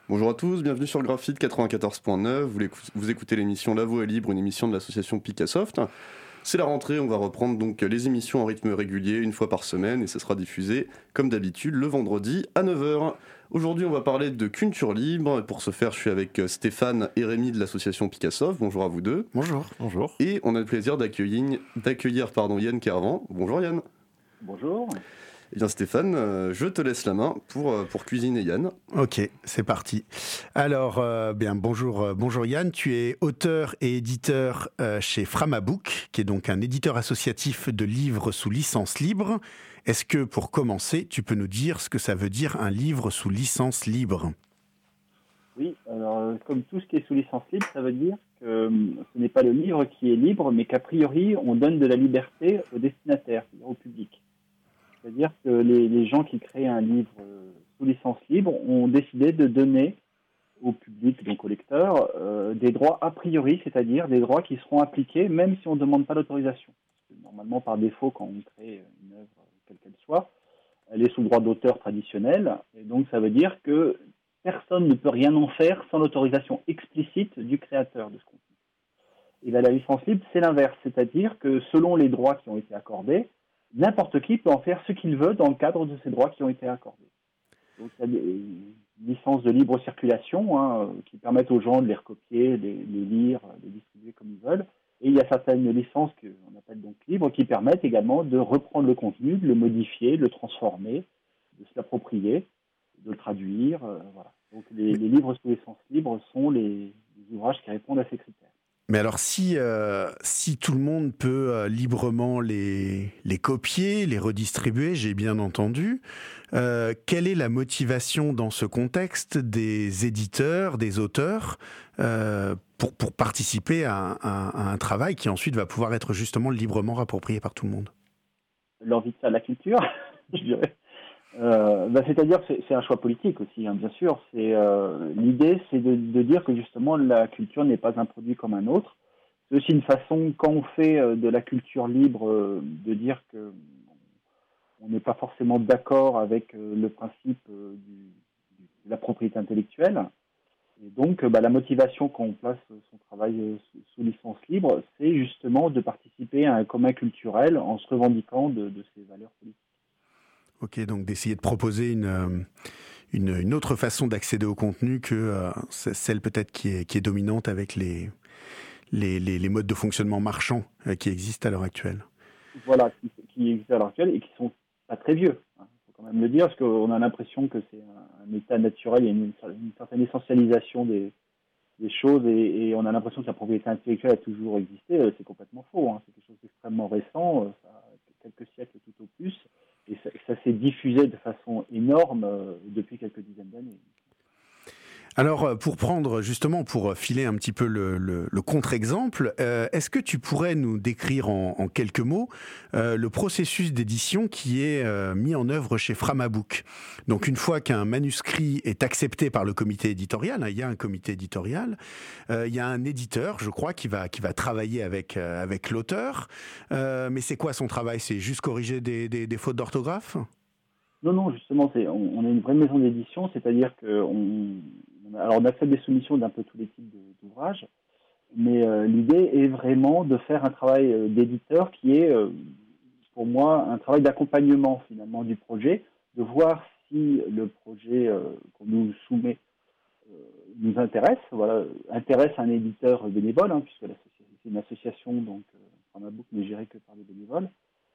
Bonjour à tous, bienvenue sur le Graphite 94.9. Vous écoutez l'émission La Voix est libre, une émission de l'association Picassoft. C'est la rentrée, on va reprendre donc les émissions en rythme régulier, une fois par semaine, et ce sera diffusé, comme d'habitude, le vendredi à 9h. Aujourd'hui, on va parler de culture libre. Pour ce faire, je suis avec Stéphane et Rémi de l'association Picassoft. Bonjour à vous deux. Bonjour. Bonjour. Et on a le plaisir d'accueillir Yann Kervan. Bonjour Yann. Bonjour. Eh bien Stéphane, je te laisse la main pour cuisiner Yann. Ok, c'est parti. Alors, bonjour Yann, tu es auteur et éditeur chez Framabook, qui est donc un éditeur associatif de livres sous licence libre. Est-ce que, pour commencer, tu peux nous dire ce que ça veut dire un livre sous licence libre ? Oui, alors comme tout ce qui est sous licence libre, ça veut dire que ce n'est pas le livre qui est libre, mais qu'a priori, on donne de la liberté au destinataire, c'est-à-dire au public. C'est-à-dire que les gens qui créent un livre sous licence libre ont décidé de donner au public, donc au lecteur, des droits a priori, c'est-à-dire des droits qui seront appliqués même si on ne demande pas l'autorisation. Parce que normalement, par défaut, quand on crée une œuvre, quelle qu'elle soit, elle est sous droit d'auteur traditionnel, et donc ça veut dire que personne ne peut rien en faire sans l'autorisation explicite du créateur de ce contenu. Et là, la licence libre, c'est l'inverse, c'est-à-dire que selon les droits qui ont été accordés, n'importe qui peut en faire ce qu'il veut dans le cadre de ces droits qui ont été accordés. Donc il y a des licences de libre circulation qui permettent aux gens de les recopier, de les lire, de les distribuer comme ils veulent. Et il y a certaines licences qu'on appelle donc libres qui permettent également de reprendre le contenu, de le modifier, de le transformer, de se l'approprier, de le traduire. Voilà. Donc les livres sous licence libre sont les ouvrages qui répondent à ces critères. Mais alors, si tout le monde peut librement les copier, les redistribuer, j'ai bien entendu, quelle est la motivation dans ce contexte des éditeurs, des auteurs, pour participer à un travail qui ensuite va pouvoir être justement librement approprié par tout le monde ? L'envie de faire de la culture, je dirais. C'est-à-dire que c'est un choix politique aussi, bien sûr. L'idée, c'est de dire que justement la culture n'est pas un produit comme un autre. C'est aussi une façon, quand on fait de la culture libre, de dire que on n'est pas forcément d'accord avec le principe de la propriété intellectuelle. Et donc, la motivation quand on place son travail sous licence libre, c'est justement de participer à un commun culturel en se revendiquant de ces valeurs politiques. Ok, donc d'essayer de proposer une autre façon d'accéder au contenu que celle peut-être qui est dominante avec les modes de fonctionnement marchands qui existent à l'heure actuelle. Voilà, qui existent à l'heure actuelle et qui sont pas très vieux. Il faut quand même le dire, parce qu'on a l'impression que c'est un état naturel, il y a une certaine essentialisation des choses et on a l'impression que la propriété intellectuelle a toujours existé. C'est complètement faux. C'est quelque chose d'extrêmement récent, ça a quelques siècles tout au plus. Et ça s'est diffusé de façon énorme depuis quelques dizaines d'années. Alors, pour filer un petit peu le contre-exemple, est-ce que tu pourrais nous décrire en quelques mots le processus d'édition qui est mis en œuvre chez Framabook ? Donc, une fois qu'un manuscrit est accepté par le comité éditorial, il y a un comité éditorial, il y a un éditeur, je crois, qui va travailler avec l'auteur. Mais c'est quoi son travail ? C'est juste corriger des fautes d'orthographe ? Non, justement, on est une vraie maison d'édition, c'est-à-dire qu'on on accepte des soumissions d'un peu tous les types d'ouvrages, mais l'idée est vraiment de faire un travail d'éditeur qui est, pour moi, un travail d'accompagnement finalement du projet, de voir si le projet qu'on nous soumet nous intéresse, intéresse un éditeur bénévole, puisque c'est une association, donc Framabook n'est gérée que par les bénévoles.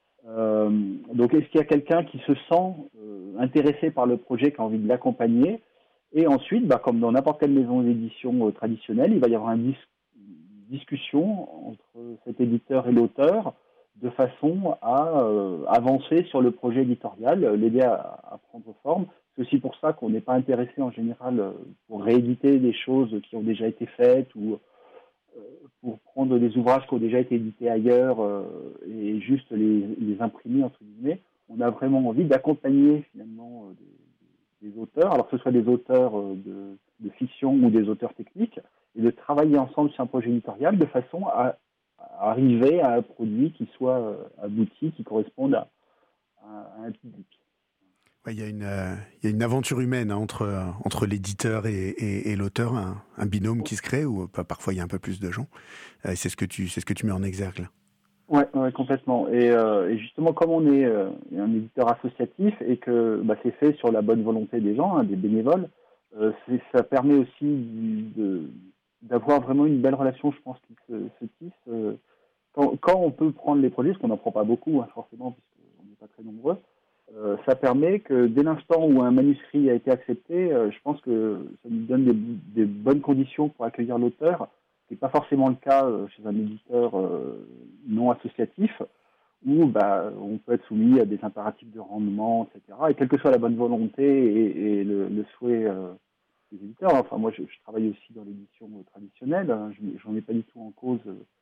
Donc, est-ce qu'il y a quelqu'un qui se sent intéressé par le projet, qui a envie de l'accompagner ? Et ensuite, comme dans n'importe quelle maison d'édition traditionnelle, il va y avoir une discussion entre cet éditeur et l'auteur de façon à avancer sur le projet éditorial, l'aider à prendre forme. C'est aussi pour ça qu'on n'est pas intéressé en général pour rééditer des choses qui ont déjà été faites ou pour prendre des ouvrages qui ont déjà été édités ailleurs et juste les imprimer, entre guillemets. On a vraiment envie d'accompagner finalement des auteurs, alors que ce soit des auteurs de fiction ou des auteurs techniques, et de travailler ensemble sur un projet éditorial de façon à arriver à un produit qui soit abouti, qui corresponde à un public. Il y a une aventure humaine entre l'éditeur et l'auteur, un binôme qui se crée, où parfois il y a un peu plus de gens. C'est ce que tu mets en exergue là. Ouais, complètement. Et justement, comme on est un éditeur associatif et que c'est fait sur la bonne volonté des gens, des bénévoles, ça permet aussi d'avoir vraiment une belle relation, je pense, qui se tisse. Quand on peut prendre les produits, parce qu'on n'en prend pas beaucoup, forcément, puisqu'on n'est pas très nombreux, ça permet que dès l'instant où un manuscrit a été accepté, je pense que ça nous donne des bonnes conditions pour accueillir l'auteur, ce qui n'est pas forcément le cas chez un éditeur non associatif, où on peut être soumis à des impératifs de rendement, etc. Et quelle que soit la bonne volonté et le souhait des éditeurs, enfin moi je travaille aussi dans l'édition traditionnelle, j'en ai pas du tout en cause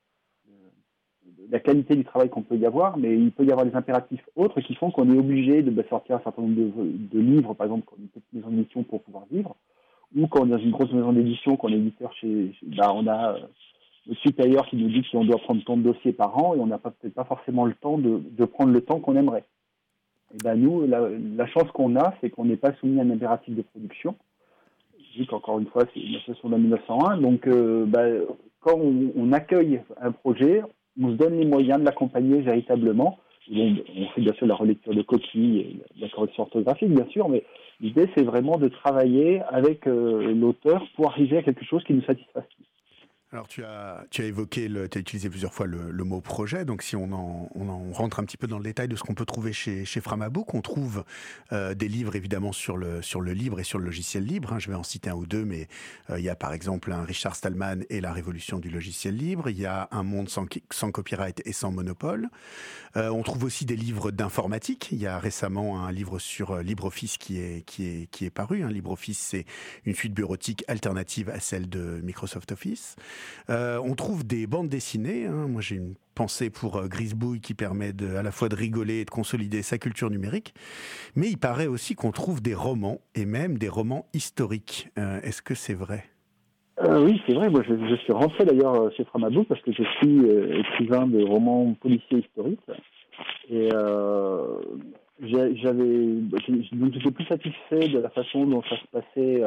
la qualité du travail qu'on peut y avoir, mais il peut y avoir des impératifs autres qui font qu'on est obligé de sortir un certain nombre de livres, par exemple, comme une petite maison d'édition pour pouvoir vivre, ou quand on est dans une grosse maison d'édition, qu'on est éditeur on a le supérieur qui nous dit qu'on doit prendre tant de dossiers par an et on n'a peut-être pas forcément le temps de prendre le temps qu'on aimerait. Et nous, la chance qu'on a, c'est qu'on n'est pas soumis à un impératif de production. Je dis qu'encore une fois, c'est une association de 1901, donc quand on accueille un projet, on se donne les moyens de l'accompagner véritablement. On fait bien sûr la relecture de copies, et la correction orthographique, bien sûr, mais l'idée, c'est vraiment de travailler avec l'auteur pour arriver à quelque chose qui nous satisfasse. Alors tu as évoqué, tu as utilisé plusieurs fois le mot projet, donc si on en rentre un petit peu dans le détail de ce qu'on peut trouver chez Framabook, on trouve des livres évidemment sur le libre et sur le logiciel libre, je vais en citer un ou deux, mais il y a par exemple un Richard Stallman et la révolution du logiciel libre, il y a un monde sans copyright et sans monopole, on trouve aussi des livres d'informatique, il y a récemment un livre sur LibreOffice qui est paru, LibreOffice c'est une suite bureautique alternative à celle de Microsoft Office. On trouve des bandes dessinées. Moi, j'ai une pensée pour Grisbouille qui permet à la fois de rigoler et de consolider sa culture numérique. Mais il paraît aussi qu'on trouve des romans et même des romans historiques. Est-ce que c'est vrai ? Oui, c'est vrai. Moi, je suis rentré d'ailleurs chez Framabook parce que je suis écrivain de romans policiers historiques. Et j'étais plus satisfait de la façon dont ça se passait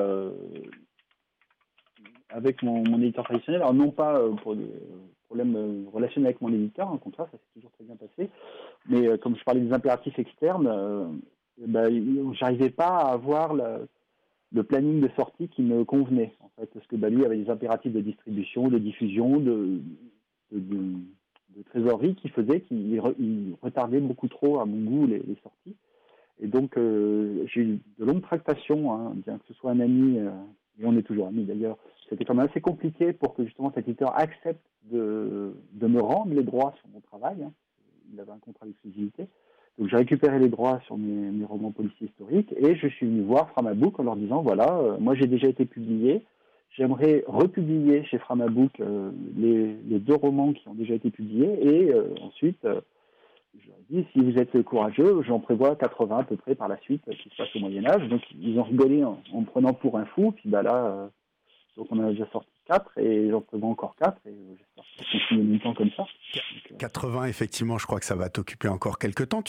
avec mon éditeur traditionnel. Alors non pas pour des problèmes relationnels avec mon éditeur, au contraire, ça s'est toujours très bien passé. Mais comme je parlais des impératifs externes, j'arrivais pas à avoir le planning de sortie qui me convenait, en fait, parce que lui avait des impératifs de distribution, de diffusion, de trésorerie qui faisaient qu'il retardait beaucoup trop à mon goût les sorties. Et donc j'ai eu de longues tractations, bien que ce soit un ami, et on est toujours amis d'ailleurs. C'était quand même assez compliqué pour que justement cet éditeur accepte de me rendre les droits sur mon travail. Il avait un contrat d'exclusivité. Donc j'ai récupéré les droits sur mes romans policiers historiques et je suis venu voir Framabook en leur disant voilà, moi j'ai déjà été publié, j'aimerais republier chez Framabook les deux romans qui ont déjà été publiés et ensuite je leur ai dit si vous êtes courageux, j'en prévois 80 à peu près par la suite qui se passe au Moyen-Âge. Donc ils ont rigolé en me prenant pour un fou, puis là donc on en a déjà sorti 4 et j'en prévois encore 4 et j'espère que ça continue longtemps comme ça. 80, effectivement, je crois que ça va t'occuper encore quelques temps.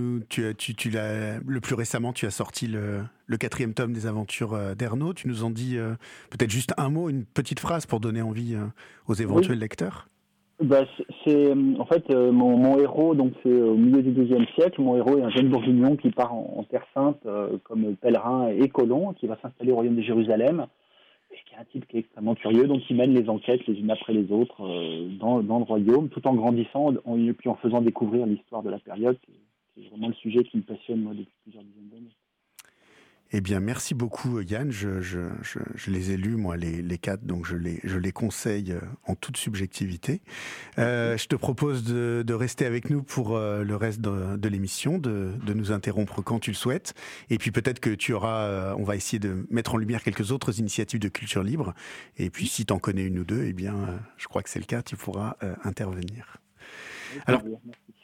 Le plus récemment, tu as sorti le 4e tome des aventures d'Ernaud. Tu nous en dis peut-être juste un mot, une petite phrase pour donner envie aux éventuels lecteurs. C'est en fait mon héros, donc c'est au milieu du XIIe siècle. Mon héros est un jeune bourguignon qui part en Terre Sainte comme pèlerin et colon, qui va s'installer au royaume de Jérusalem. C'est un type qui est extrêmement curieux, donc il mène les enquêtes les unes après les autres dans le royaume, tout en grandissant et puis en faisant découvrir l'histoire de la période, qui est vraiment le sujet qui me passionne moi depuis plusieurs dizaines d'années. Eh bien, merci beaucoup Yann. Je les ai lus, moi, les 4, donc je les conseille en toute subjectivité. Je te propose de rester avec nous pour le reste de l'émission, de nous interrompre quand tu le souhaites. Et puis peut-être que on va essayer de mettre en lumière quelques autres initiatives de culture libre. Et puis si tu en connais une ou deux, eh bien, je crois que c'est le cas, tu pourras intervenir. Alors,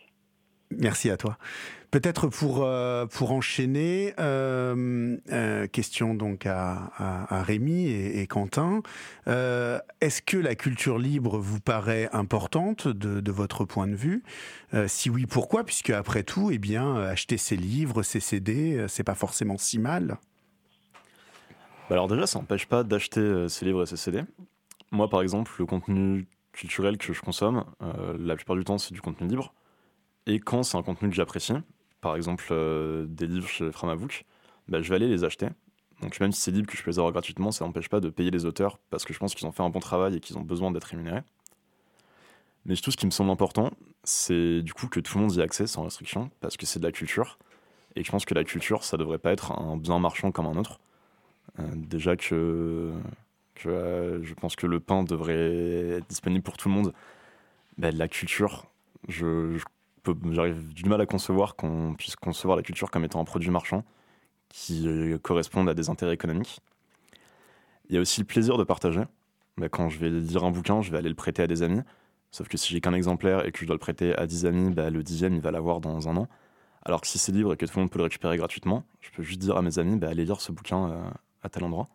merci à toi. Peut-être pour enchaîner, question donc à Rémi et Quentin. Est-ce que la culture libre vous paraît importante de votre point de vue? Si oui, pourquoi? Puisque après tout, eh bien, acheter ses livres, ses CD, c'est pas forcément si mal. Alors déjà, ça n'empêche pas d'acheter ses livres et ses CD. Moi, par exemple, le contenu culturel que je consomme, la plupart du temps, c'est du contenu libre. Et quand c'est un contenu que j'apprécie, par exemple des livres chez Framabook, je vais aller les acheter. Donc même si c'est libre, que je peux les avoir gratuitement, ça n'empêche pas de payer les auteurs parce que je pense qu'ils ont fait un bon travail et qu'ils ont besoin d'être rémunérés. Mais surtout, ce qui me semble important, c'est du coup que tout le monde y ait accès sans restriction, parce que c'est de la culture. Et je pense que la culture, ça devrait pas être un bien marchand comme un autre. Déjà que je pense que le pain devrait être disponible pour tout le monde. La culture, j'arrive du mal à concevoir qu'on puisse concevoir la culture comme étant un produit marchand qui corresponde à des intérêts économiques. Il y a aussi le plaisir de partager. Quand je vais lire un bouquin, je vais aller le prêter à des amis. Sauf que si j'ai qu'un exemplaire et que je dois le prêter à 10 amis, le 10e, il va l'avoir dans un an. Alors que si c'est libre et que tout le monde peut le récupérer gratuitement, je peux juste dire à mes amis, allez lire ce bouquin à tel endroit.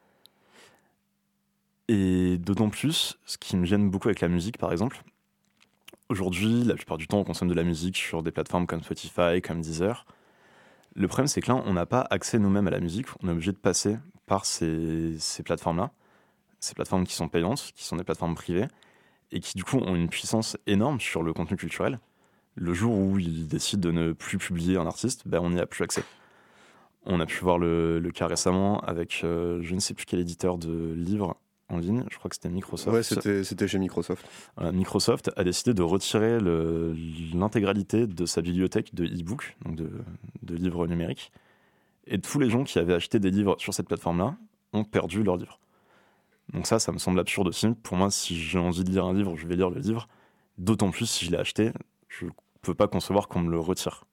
Et d'autant plus, ce qui me gêne beaucoup avec la musique, par exemple, aujourd'hui, la plupart du temps, on consomme de la musique sur des plateformes comme Spotify, comme Deezer. Le problème, c'est que là, on n'a pas accès nous-mêmes à la musique. On est obligé de passer par ces plateformes-là, ces plateformes qui sont payantes, qui sont des plateformes privées, et qui, du coup, ont une puissance énorme sur le contenu culturel. Le jour où ils décident de ne plus publier un artiste, on n'y a plus accès. On a pu voir le cas récemment avec je ne sais plus quel éditeur de livres en ligne, je crois que c'était Microsoft. Ouais, c'était chez Microsoft. Microsoft a décidé de retirer l'intégralité de sa bibliothèque de e-book, donc de livres numériques. Et tous les gens qui avaient acheté des livres sur cette plateforme-là ont perdu leurs livres. Donc ça me semble absurde aussi. Pour moi, si j'ai envie de lire un livre, je vais lire le livre. D'autant plus si je l'ai acheté, je ne peux pas concevoir qu'on me le retire.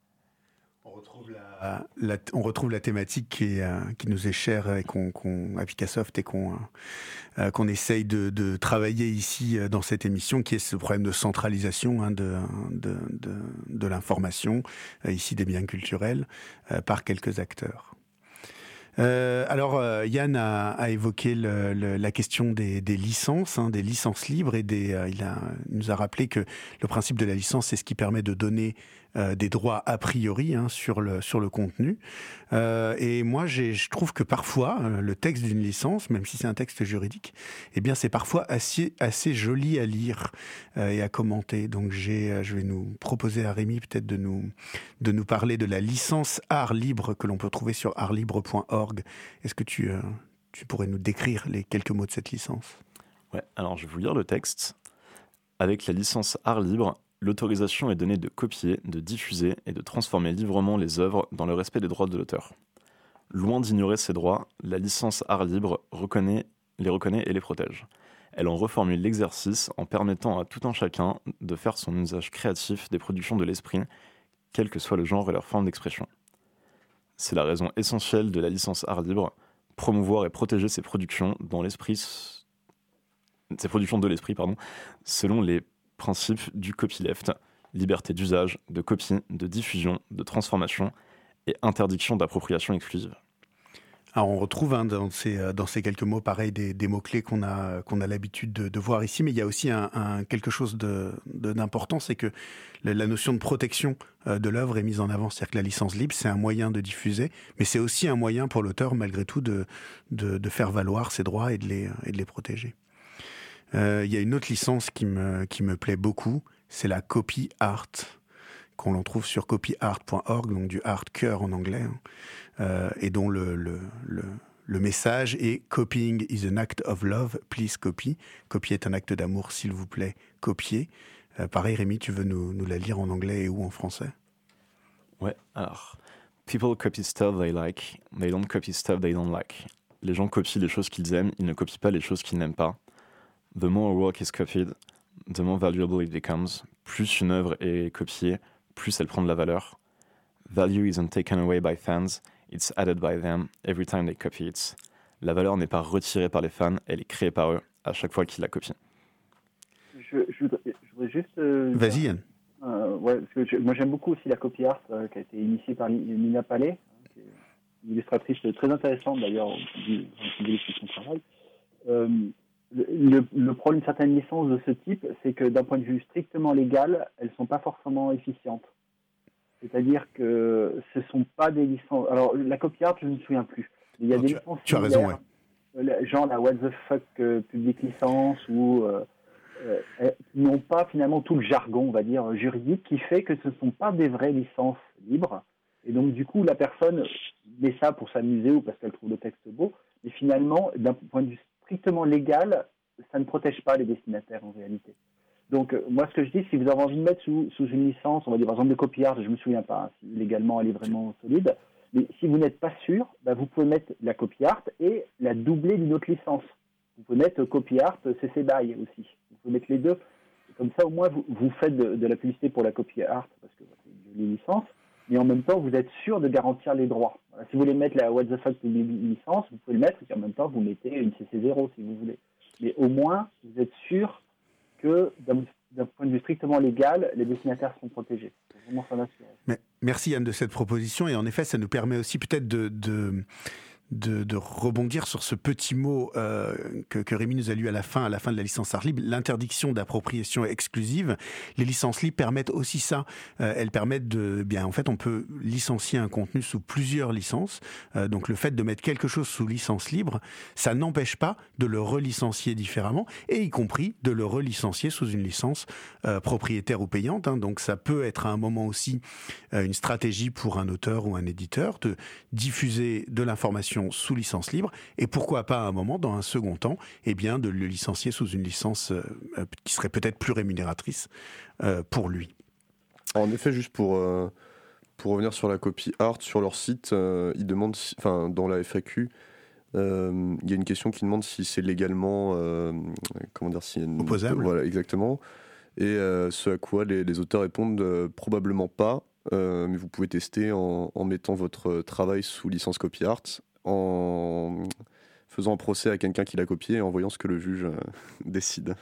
On retrouve la thématique qui nous est chère et à Picassoft et qu'on essaye de travailler ici dans cette émission, qui est ce problème de centralisation de l'information, ici des biens culturels, par quelques acteurs. Alors, Yann a évoqué la question des licences, des licences libres, et il nous a rappelé que le principe de la licence, c'est ce qui permet de donner des droits a priori sur le contenu. Et moi, je trouve que parfois, le texte d'une licence, même si c'est un texte juridique, eh bien, c'est parfois assez joli à lire et à commenter. Donc, je vais nous proposer à Rémi peut-être de nous parler de la licence art libre que l'on peut trouver sur artlibre.org. Est-ce que tu pourrais nous décrire les quelques mots de cette licence? Ouais, alors je vais vous lire le texte. Avec la licence art libre, l'autorisation est donnée de copier, de diffuser et de transformer librement les œuvres dans le respect des droits de l'auteur. Loin d'ignorer ces droits, la licence art libre les reconnaît et les protège. Elle en reformule l'exercice en permettant à tout un chacun de faire son usage créatif des productions de l'esprit, quel que soit le genre et leur forme d'expression. C'est la raison essentielle de la licence art libre, promouvoir et protéger ces productions de l'esprit, selon les principes du copyleft, liberté d'usage, de copie, de diffusion, de transformation et interdiction d'appropriation exclusive. Alors on retrouve dans ces quelques mots pareil des mots-clés qu'on a l'habitude de voir ici, mais il y a aussi quelque chose d'important, c'est que la notion de protection de l'œuvre est mise en avant. C'est-à-dire que la licence libre, c'est un moyen de diffuser, mais c'est aussi un moyen pour l'auteur, malgré tout, de faire valoir ses droits et de les protéger. Il y a une autre licence qui me plaît beaucoup, c'est la copy art, qu'on l'on trouve sur copyart.org, donc du art cœur en anglais, et dont le message est « Copying is an act of love, please copy ». Copier est un acte d'amour, s'il vous plaît, copiez. Pareil, Rémi, tu veux nous la lire en anglais et ou en français? Ouais, alors... People copy stuff they like, they don't copy stuff they don't like. Les gens copient les choses qu'ils aiment, ils ne copient pas les choses qu'ils n'aiment pas. The more a work is copied, the more valuable it becomes. Plus une œuvre est copiée, plus elle prend de la valeur. Value isn't taken away by fans, it's added by them every time they copy it. La valeur n'est pas retirée par les fans, elle est créée par eux à chaque fois qu'ils la copient. Je voudrais juste... Vas-y, Yann. Parce que moi j'aime beaucoup aussi la copy art qui a été initiée par Nina Palais, qui est une illustratrice très intéressante d'ailleurs, de son travail. Le problème de certaines licences de ce type, c'est que d'un point de vue strictement légal, elles ne sont pas forcément efficientes. C'est-à-dire que ce ne sont pas des licences... Alors, la copy art, je ne me souviens plus. Il y a des licences tu as raison, ouais. Genre la What the fuck public licence, ou qui n'ont pas finalement tout le jargon, on va dire, juridique, qui fait que ce ne sont pas des vraies licences libres. Et donc, du coup, la personne met ça pour s'amuser ou parce qu'elle trouve le texte beau. Mais finalement, d'un point de vue strictement légal, ça ne protège pas les destinataires en réalité. Donc, moi, ce que je dis, si vous avez envie de mettre sous une licence, on va dire par exemple de copy art, je ne me souviens pas si légalement elle est vraiment solide, mais si vous n'êtes pas sûr, vous pouvez mettre la copy art et la doubler d'une autre licence. Vous pouvez mettre copy art CC BY aussi. Vous pouvez mettre les deux. Et comme ça, au moins, vous faites de la publicité pour la copy art parce que c'est une jolie licence, mais en même temps, vous êtes sûr de garantir les droits. Voilà, si vous voulez mettre la What the fuck licence, vous pouvez le mettre et en même temps, vous mettez une CC0 si vous voulez. Mais au moins, vous êtes sûr que d'un point de vue strictement légal, les destinataires sont protégés. Il faut vraiment s'en assurer. Mais merci Yann de cette proposition, et en effet ça nous permet aussi peut-être de rebondir sur ce petit mot que Rémi nous a lu à la fin de la licence art libre, l'interdiction d'appropriation exclusive. Les licences libres permettent aussi ça. Elles permettent en fait, on peut licencier un contenu sous plusieurs licences. Donc le fait de mettre quelque chose sous licence libre, ça n'empêche pas de le relicencier différemment, et y compris de le relicencier sous une licence propriétaire ou payante. Donc ça peut être à un moment aussi une stratégie pour un auteur ou un éditeur de diffuser de l'information sous licence libre, et pourquoi pas à un moment, dans un second temps, de le licencier sous une licence qui serait peut-être plus rémunératrice pour lui. En effet, juste pour revenir sur la copy art, sur leur site, ils demandent, dans la FAQ, il y a une question qui demande si c'est légalement opposable. Voilà, exactement. Et ce à quoi les auteurs répondent probablement pas, mais vous pouvez tester en mettant votre travail sous licence copy art, en faisant un procès à quelqu'un qui l'a copié et en voyant ce que le juge décide.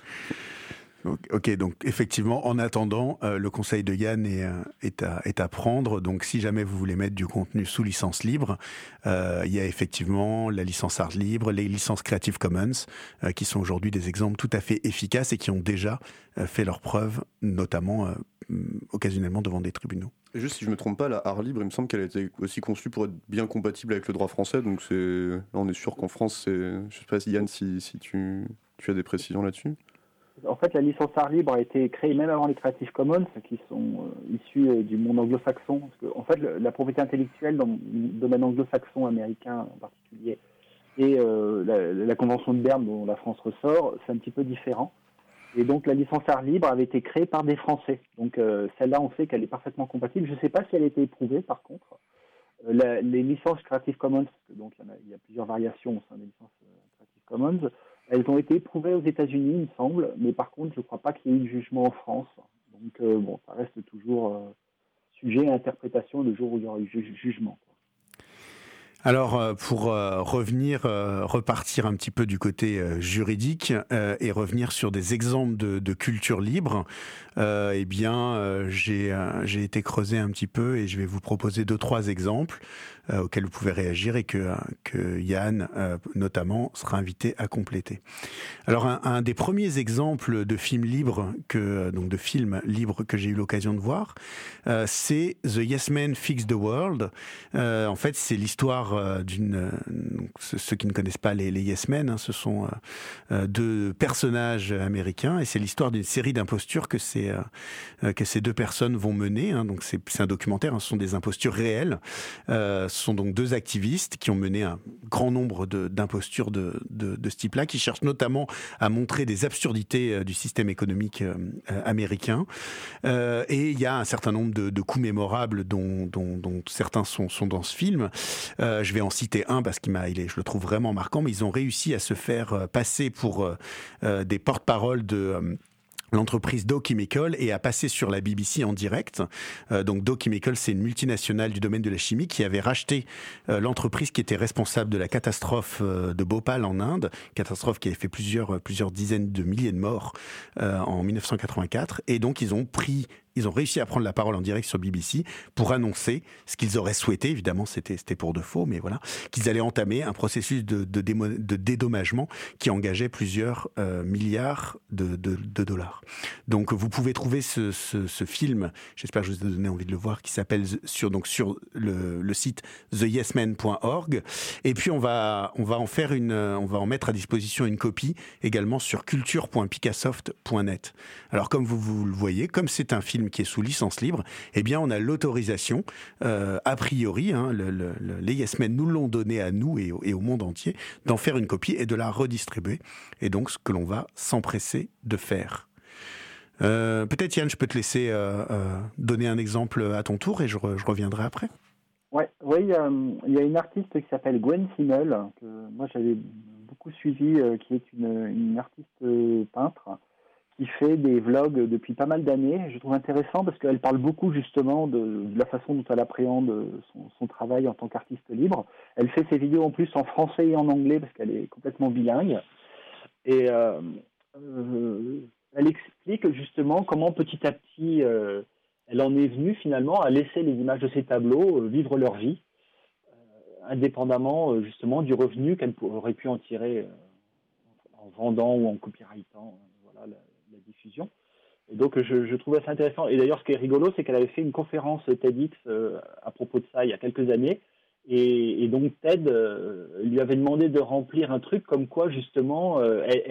Ok, donc effectivement, en attendant, le conseil de Yann est à prendre. Donc si jamais vous voulez mettre du contenu sous licence libre, il y a effectivement la licence art libre, les licences Creative Commons, qui sont aujourd'hui des exemples tout à fait efficaces et qui ont déjà fait leurs preuves, notamment occasionnellement devant des tribunaux. Et juste si je ne me trompe pas, la art libre, il me semble qu'elle a été aussi conçue pour être bien compatible avec le droit français. Donc là, on est sûr qu'en France, je ne sais pas, Yann, si tu as des précisions là-dessus. En fait, la licence art libre a été créée même avant les Creative Commons, qui sont issus du monde anglo-saxon. Parce que, en fait, la propriété intellectuelle dans le domaine anglo-saxon, américain en particulier, et la Convention de Berne dont la France ressort, c'est un petit peu différent. Et donc, la licence art libre avait été créée par des Français. Donc, celle-là, on sait qu'elle est parfaitement compatible. Je ne sais pas si elle a été éprouvée, par contre. Les licences Creative Commons, parce que donc il y a plusieurs variations au sein des licences Creative Commons, elles ont été éprouvées aux États-Unis, il me semble, mais par contre, je ne crois pas qu'il y ait eu de jugement en France. Donc, ça reste toujours sujet à interprétation le jour où il y aura eu jugement. Alors, pour repartir un petit peu du côté juridique et revenir sur des exemples de culture libre, j'ai été creuser un petit peu et je vais vous proposer 2-3 exemples auxquels vous pouvez réagir et que Yann, notamment, sera invité à compléter. Alors, un des premiers exemples de films libres que j'ai eu l'occasion de voir, c'est The Yes Men Fix the World. En fait, c'est l'histoire ceux qui ne connaissent pas les Yes Men, ce sont 2 personnages américains, et c'est l'histoire d'une série d'impostures que ces 2 personnes vont mener. Donc c'est un documentaire, ce sont des impostures réelles. Ce sont donc 2 activistes qui ont mené un grand nombre d'impostures de ce type-là, qui cherchent notamment à montrer des absurdités du système économique américain. Et il y a un certain nombre de coups mémorables dont certains sont dans ce film. Je vais en citer un parce je le trouve vraiment marquant, mais ils ont réussi à se faire passer pour des porte-paroles de l'entreprise Dow Chemical et à passer sur la BBC en direct. Donc Dow Chemical, c'est une multinationale du domaine de la chimie qui avait racheté l'entreprise qui était responsable de la catastrophe de Bhopal en Inde, catastrophe qui avait fait plusieurs dizaines de milliers de morts en 1984. Et donc ils ont pris ils ont réussi à prendre la parole en direct sur BBC pour annoncer ce qu'ils auraient souhaité, évidemment c'était pour de faux, mais voilà, qu'ils allaient entamer un processus de dédommagement qui engageait plusieurs milliards de dollars. Donc vous pouvez trouver ce film, j'espère que je vous ai donné envie de le voir, qui s'appelle sur le site theyesmen.org, et puis on va en mettre à disposition une copie également sur culture.picassoft.net. Alors comme vous le voyez, comme c'est un film qui est sous licence libre, eh bien on a l'autorisation, a priori, les Yes Men nous l'ont donné à nous et au monde entier, d'en faire une copie et de la redistribuer. Et donc ce que l'on va s'empresser de faire. Peut-être Yann, je peux te laisser donner un exemple à ton tour et je reviendrai après. Oui, il y a une artiste qui s'appelle Gwen Simmel, que moi j'avais beaucoup suivie, qui est une artiste peintre, qui fait des vlogs depuis pas mal d'années. Je trouve intéressant parce qu'elle parle beaucoup justement de la façon dont elle appréhende son travail en tant qu'artiste libre. Elle fait ses vidéos en plus en français et en anglais parce qu'elle est complètement bilingue. Et elle explique justement comment petit à petit elle en est venue finalement à laisser les images de ses tableaux vivre leur vie, indépendamment justement du revenu qu'elle aurait pu en tirer en vendant ou en copyrightant la diffusion. Et donc je trouvais ça intéressant. Et d'ailleurs ce qui est rigolo, c'est qu'elle avait fait une conférence TEDx à propos de ça il y a quelques années. Et donc TED lui avait demandé de remplir un truc comme quoi justement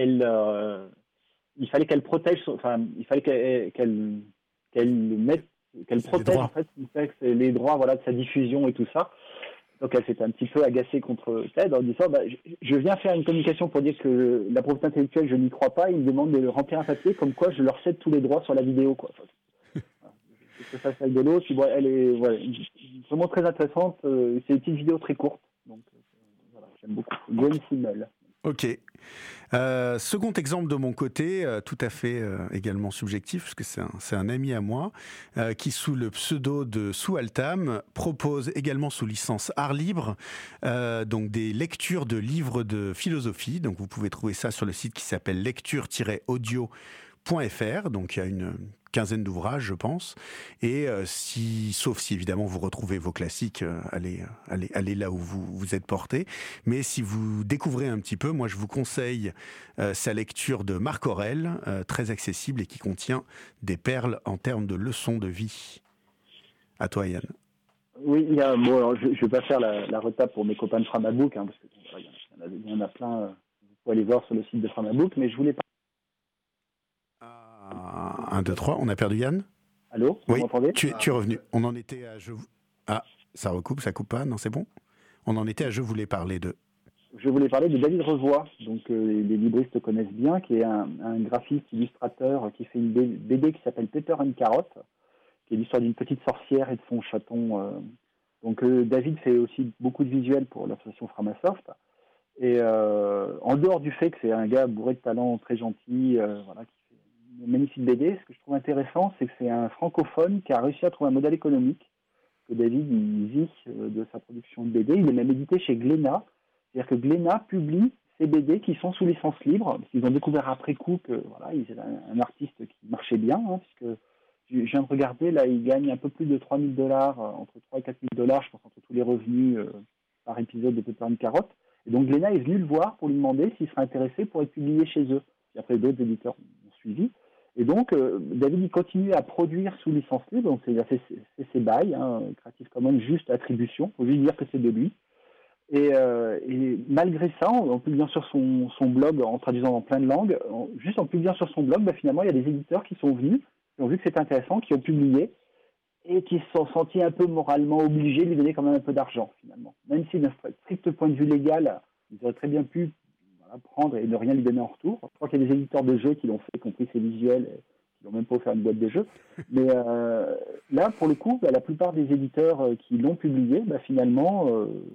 il fallait qu'elle protège, il fallait qu'elle protège en fait les droits de sa diffusion et tout ça. Donc elle s'était un petit peu agacée contre TED en disant je viens faire une communication pour dire que la propriété intellectuelle je n'y crois pas, ils me demandent de remplir un papier comme quoi je leur cède tous les droits sur la vidéo quoi. C'est ça, c'est rigolo. Puis elle est vraiment très intéressante. C'est une petite vidéo très courte, donc j'aime beaucoup. Gwen Simmel. Ok. Second exemple de mon côté, tout à fait également subjectif, parce que c'est un ami à moi, qui sous le pseudo de Soualtam propose également sous licence art libre donc des lectures de livres de philosophie. Donc vous pouvez trouver ça sur le site qui s'appelle lecture-audio.fr. Donc il y a une quinzaine d'ouvrages, je pense. Et sauf si évidemment vous retrouvez vos classiques, allez là où vous êtes porté. Mais si vous découvrez un petit peu, moi je vous conseille sa lecture de Marc Aurèle, très accessible et qui contient des perles en termes de leçons de vie. À toi, Yann. Oui, alors je ne vais pas faire la retape pour mes copains de Framabook, parce que il y en a plein. Vous pouvez aller voir sur le site de Framabook, mais je voulais pas. 1, 2, 3, on a perdu Yann. Allô, vous m'entendez ? Tu es revenu. On en était à ça recoupe, ça coupe pas, non c'est bon. On en était à je voulais parler de David Revoy, donc les libristes connaissent bien, qui est un graphiste illustrateur qui fait une BD qui s'appelle Pepper and Carrot, qui est l'histoire d'une petite sorcière et de son chaton. Donc David fait aussi beaucoup de visuels pour l'association Framasoft. Et en dehors du fait que c'est un gars bourré de talent, très gentil, qui fait une magnifique BD, ce que je trouve intéressant, c'est que c'est un francophone qui a réussi à trouver un modèle économique, que David il vit de sa production de BD. Il est même édité chez Glénat. C'est-à-dire que Glénat publie ces BD qui sont sous licence libre, parce qu'ils ont découvert après coup que il est un artiste qui marchait bien, puisque je viens de regarder, là, il gagne un peu plus de $3 000, entre 3 et 4 000 $, je pense, entre tous les revenus par épisode de Pepper and Carrot. Et donc Glénat est venu le voir pour lui demander s'il serait intéressé pour être publié chez eux. Et après, d'autres éditeurs ont suivi. Et donc, David, il continue à produire sous licence libre, donc il a fait ses bails, Creative Commons, juste attribution, il faut juste dire que c'est de lui. Et malgré ça, en publiant sur son blog, en traduisant dans plein de langues, juste en publiant sur son blog, finalement, il y a des éditeurs qui sont venus, qui ont vu que c'était intéressant, qui ont publié, et qui se sont sentis un peu moralement obligés de lui donner quand même un peu d'argent, finalement. Même si d'un strict point de vue légal, ils auraient très bien pu prendre et ne rien lui donner en retour. Je crois qu'il y a des éditeurs de jeux qui l'ont fait, qui ont pris ses visuels, qui n'ont même pas offert une boîte de jeux. Mais là, pour le coup, la plupart des éditeurs qui l'ont publié, finalement...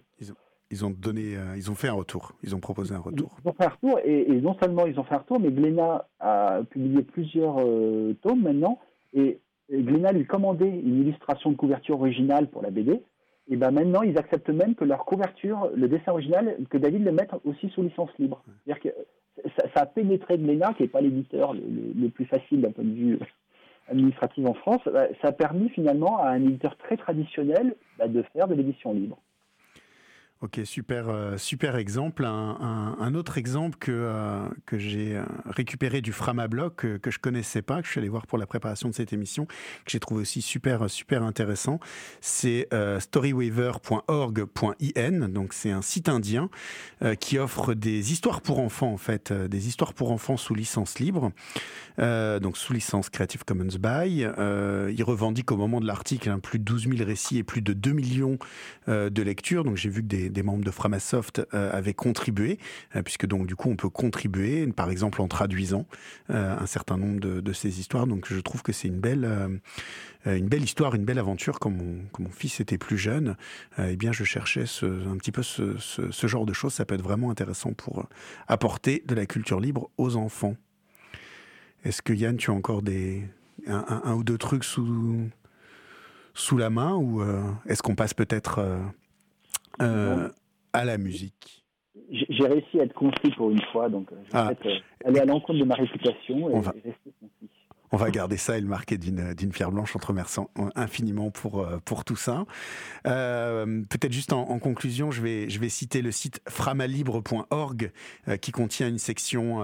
Ils ont fait un retour. Ils ont proposé un retour. Ils ont fait un retour, et non seulement ils ont fait un retour, mais Glénat a publié plusieurs tomes maintenant, et Glénat lui commandait une illustration de couverture originale pour la BD, et maintenant ils acceptent même que leur couverture, le dessin original, que David le mette aussi sous licence libre. C'est-à-dire que ça a pénétré Glénat, qui n'est pas l'éditeur le plus facile d'un point de vue administrative en France, ça a permis finalement à un éditeur très traditionnel de faire de l'édition libre. Ok, super exemple. Un autre exemple que j'ai récupéré du Framablog, que je connaissais pas, que je suis allé voir pour la préparation de cette émission, que j'ai trouvé aussi super intéressant, c'est storyweaver.org.in. Donc c'est un site indien qui offre des histoires pour enfants en fait, des histoires pour enfants sous licence libre, donc sous licence Creative Commons by. Il revendique au moment de l'article plus de 12 000 récits et plus de 2 millions de lectures. Donc j'ai vu que des membres de Framasoft avaient contribué, puisque donc du coup on peut contribuer, par exemple en traduisant un certain nombre de ces histoires. Donc je trouve que c'est une belle histoire, une belle aventure. Quand mon fils était plus jeune, eh bien je cherchais un petit peu ce genre de choses. Ça peut être vraiment intéressant pour apporter de la culture libre aux enfants. Est-ce que Yann, tu as encore un ou deux trucs sous la main, ou est-ce qu'on passe peut-être à la musique? J'ai réussi à être concis pour une fois, donc je vais peut-être aller à l'encontre de ma réputation et rester concis. On va garder ça et le marquer d'une pierre blanche en te remerciant infiniment pour tout ça. Peut-être juste en conclusion, je vais citer le site framalibre.org qui contient une section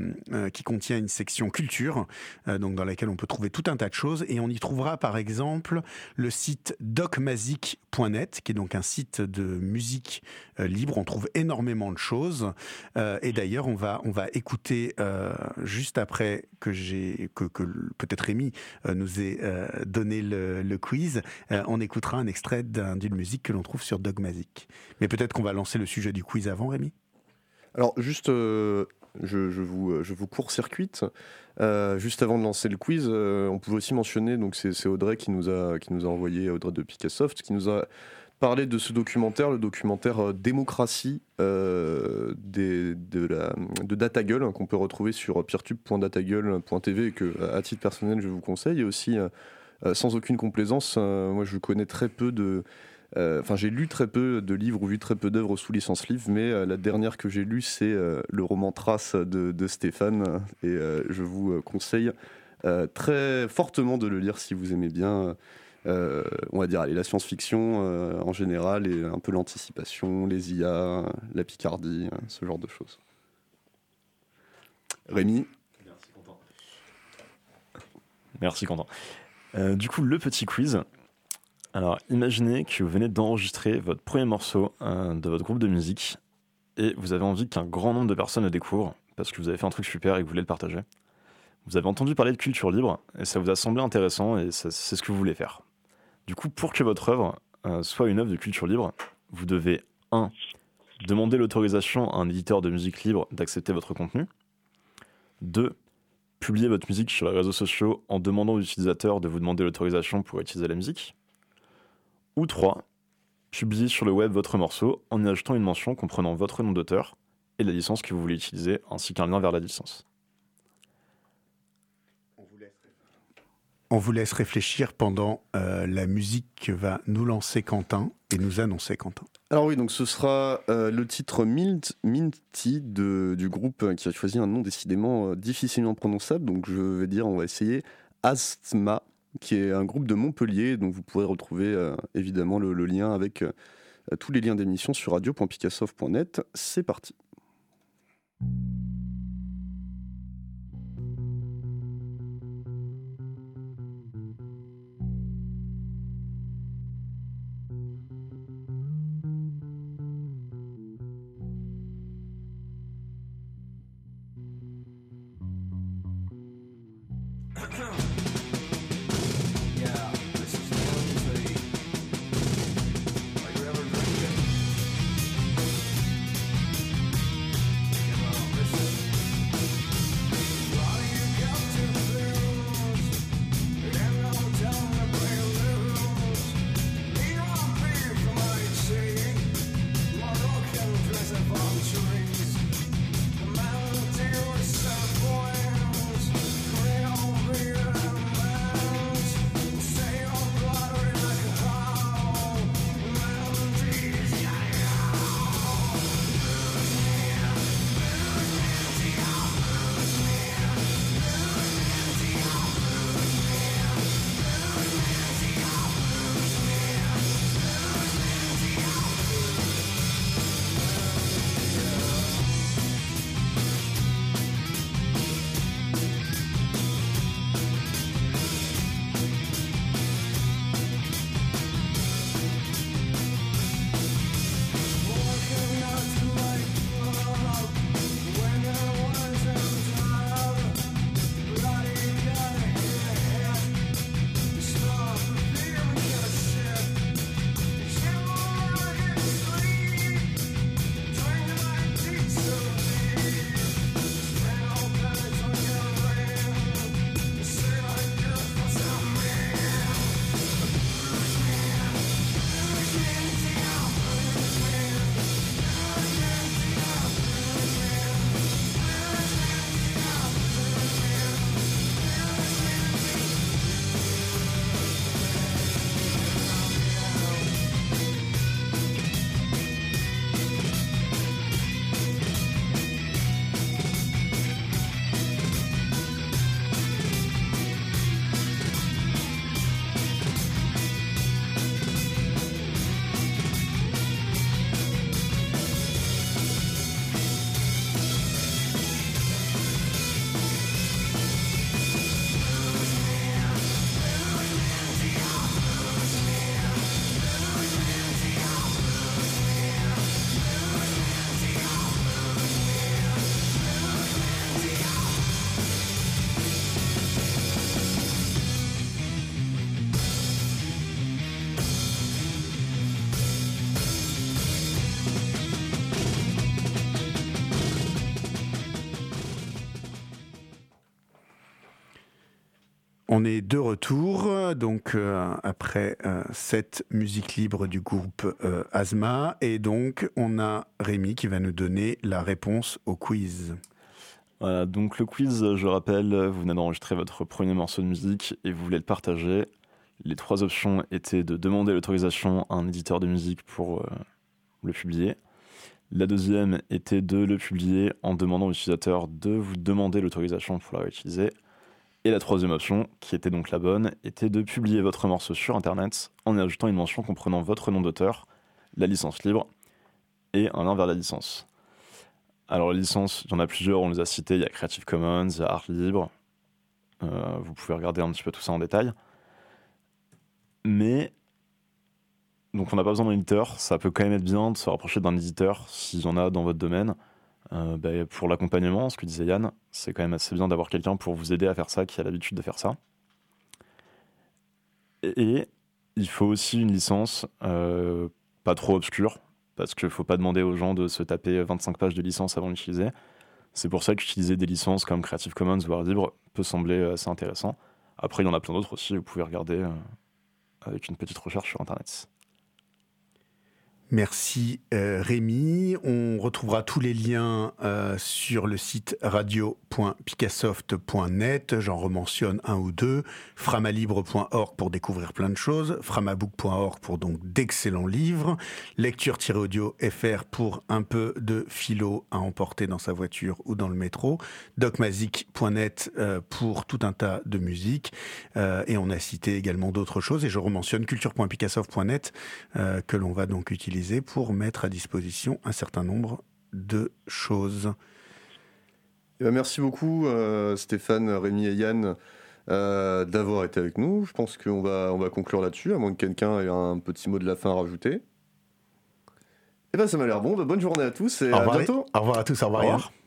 culture, donc dans laquelle on peut trouver tout un tas de choses, et on y trouvera par exemple le site docmazic.net qui est donc un site de musique libre. On trouve énormément de choses, et d'ailleurs on va écouter juste après que peut-être Rémi nous ait donné le quiz, on écoutera un extrait d'une musique que l'on trouve sur Dogmazic. Mais peut-être qu'on va lancer le sujet du quiz avant, Rémi. Alors juste, je vous court-circuite. Juste avant de lancer le quiz, on pouvait aussi mentionner, donc c'est Audrey qui nous a envoyé, Audrey de Picassoft, qui nous a parlé de ce documentaire, le documentaire Démocratie de Datagueule, qu'on peut retrouver sur peertube.datagueule.tv, et que, à titre personnel, je vous conseille. Et aussi, sans aucune complaisance, moi je connais très peu j'ai lu très peu de livres ou vu très peu d'œuvres sous licence livre, mais la dernière que j'ai lue, c'est le roman Trace de Stéphane, et je vous conseille très fortement de le lire si vous aimez bien. On va dire la science-fiction en général, et un peu l'anticipation, les IA, la Picardie, ce genre de choses. Rémi. Merci Quentin. Du coup, le petit quiz. Alors, imaginez que vous venez d'enregistrer votre premier morceau de votre groupe de musique, et vous avez envie qu'un grand nombre de personnes le découvrent, parce que vous avez fait un truc super et que vous voulez le partager. Vous avez entendu parler de culture libre, et ça vous a semblé intéressant, et c'est ce que vous voulez faire. Du coup, pour que votre œuvre soit une œuvre de culture libre, vous devez 1. Demander l'autorisation à un éditeur de musique libre d'accepter votre contenu. 2. Publier votre musique sur les réseaux sociaux en demandant aux utilisateurs de vous demander l'autorisation pour utiliser la musique. Ou 3. Publier sur le web votre morceau en y ajoutant une mention comprenant votre nom d'auteur et la licence que vous voulez utiliser, ainsi qu'un lien vers la licence. On vous laisse réfléchir pendant la musique que va nous lancer Quentin et nous annoncer Quentin. Alors oui, donc ce sera le titre Minty du groupe qui a choisi un nom décidément difficilement prononçable. Donc je vais dire, on va essayer Asthma, qui est un groupe de Montpellier. Donc vous pourrez retrouver évidemment le lien avec tous les liens d'émission sur radio.picassoft.net. C'est parti. On est de retour, donc après cette musique libre du groupe Asthma, et donc on a Rémi qui va nous donner la réponse au quiz. Voilà, donc le quiz, je rappelle, vous venez d'enregistrer votre premier morceau de musique et vous voulez le partager. Les 3 options étaient de demander l'autorisation à un éditeur de musique pour le publier. La deuxième était de le publier en demandant aux utilisateurs de vous demander l'autorisation pour la réutiliser. Et la troisième option, qui était donc la bonne, était de publier votre morceau sur Internet en y ajoutant une mention comprenant votre nom d'auteur, la licence libre et un lien vers la licence. Alors les licences, il y en a plusieurs, on les a citées, il y a Creative Commons, il y a Art Libre, vous pouvez regarder un petit peu tout ça en détail. Mais, donc on n'a pas besoin d'un éditeur, ça peut quand même être bien de se rapprocher d'un éditeur s'il y en a dans votre domaine. Pour l'accompagnement, ce que disait Yann, c'est quand même assez bien d'avoir quelqu'un pour vous aider à faire ça, qui a l'habitude de faire ça. Et il faut aussi une licence pas trop obscure, parce qu'il ne faut pas demander aux gens de se taper 25 pages de licence avant d'utiliser. C'est pour ça qu'utiliser des licences comme Creative Commons ou Art Libre peut sembler assez intéressant. Après, il y en a plein d'autres aussi, vous pouvez regarder avec une petite recherche sur Internet. Merci Rémi. On retrouvera tous les liens sur le site radio.picassoft.net. J'en rementionne un ou deux. Framalibre.org pour découvrir plein de choses. Framabook.org pour donc d'excellents livres. Lecture-audio.fr pour un peu de philo à emporter dans sa voiture ou dans le métro. Docmazic.net pour tout un tas de musique. Et on a cité également d'autres choses. Et je rementionne culture.picassoft.net que l'on va donc utiliser pour mettre à disposition un certain nombre de choses. Merci beaucoup Stéphane, Rémi et Yann d'avoir été avec nous. Je pense qu'on va conclure là-dessus, à moins que quelqu'un ait un petit mot de la fin à rajouter. Et ça m'a l'air bon. Bonne journée à tous et à bientôt. Au revoir à tous, au revoir.